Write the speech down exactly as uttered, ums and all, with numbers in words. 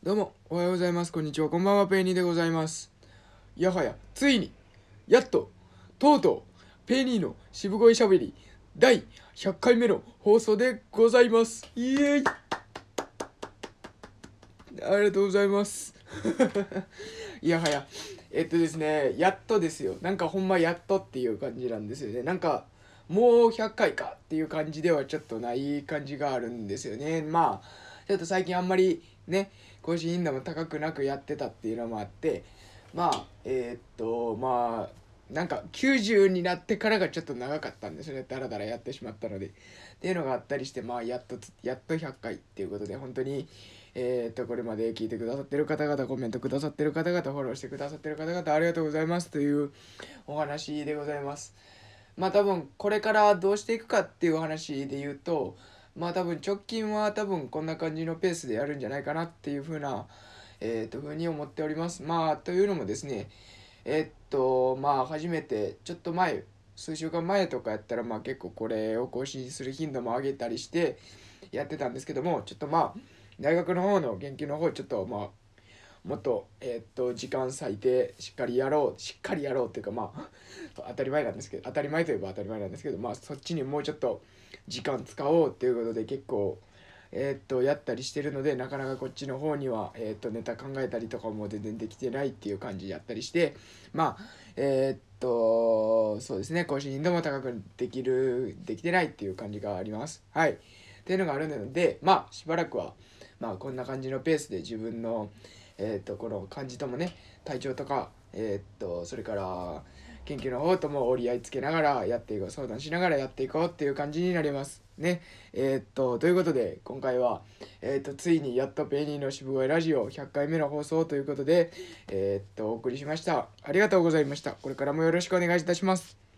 どうも、おはようございます。こんにちは。こんばんは。ペイニーでございます。やはや、ついに、やっと、とうとう、ペイニーの渋声しゃべり、だいひゃっかいめの放送でございます。イエーイ、ありがとうございます。いやはや、えっとですね、やっとですよ。なんかほんまやっとっていう感じなんですよね。なんか、もうひゃっかいかっていう感じではちょっとない感じがあるんですよね。まあ、ちょっと最近あんまりね、更新頻度も高くなくやってたっていうのもあって、まあ、えーっと、まあ、なんかきゅうじゅうになってからがちょっと長かったんですよね。だらだらやってしまったので。っていうのがあったりして、まあ、やっとつ、やっとひゃっかいっていうことで、本当に、えーっと、これまで聞いてくださってる方々、コメントくださってる方々、フォローしてくださってる方々、ありがとうございますというお話でございます。まあ多分これからどうしていくかっていう話で言うと、まあ多分直近は多分こんな感じのペースでやるんじゃないかなっていうふうな、えーっと、ふうに思っております。まあというのもですね、えーっと、まあ初めて、ちょっと前、数週間前とかやったら、まあ結構これを更新する頻度も上げたりしてやってたんですけども、ちょっとまあ、大学の方の研究の方、ちょっとまあ、もっと、えーっと、時間割いて、しっかりやろう、しっかりやろうっていうか、まあ、当たり前なんですけど、当たり前といえば当たり前なんですけど、まあ、そっちにもうちょっと時間使おうっていうことで、結構、えーっと、やったりしてるので、なかなかこっちの方には、えーっと、ネタ考えたりとかも全然できてないっていう感じやったりして、まあ、えーっと、そうですね、更新頻度も高くできる、できてないっていう感じがあります。はい。っていうのがあるので、まあ、しばらくは、まあ、こんな感じのペースで自分の、えーっと、この感じともね、体調とか、えーっと、それから、研究の方とも折り合いつけながらやっていこう、相談しながらやっていこうっていう感じになります。ね。えーっと、ということで、今回は、えーっと、ついにやっとペイニーの渋声ラジオひゃっかいめの放送ということで、えーっと、お送りしました。ありがとうございました。これからもよろしくお願いいたします。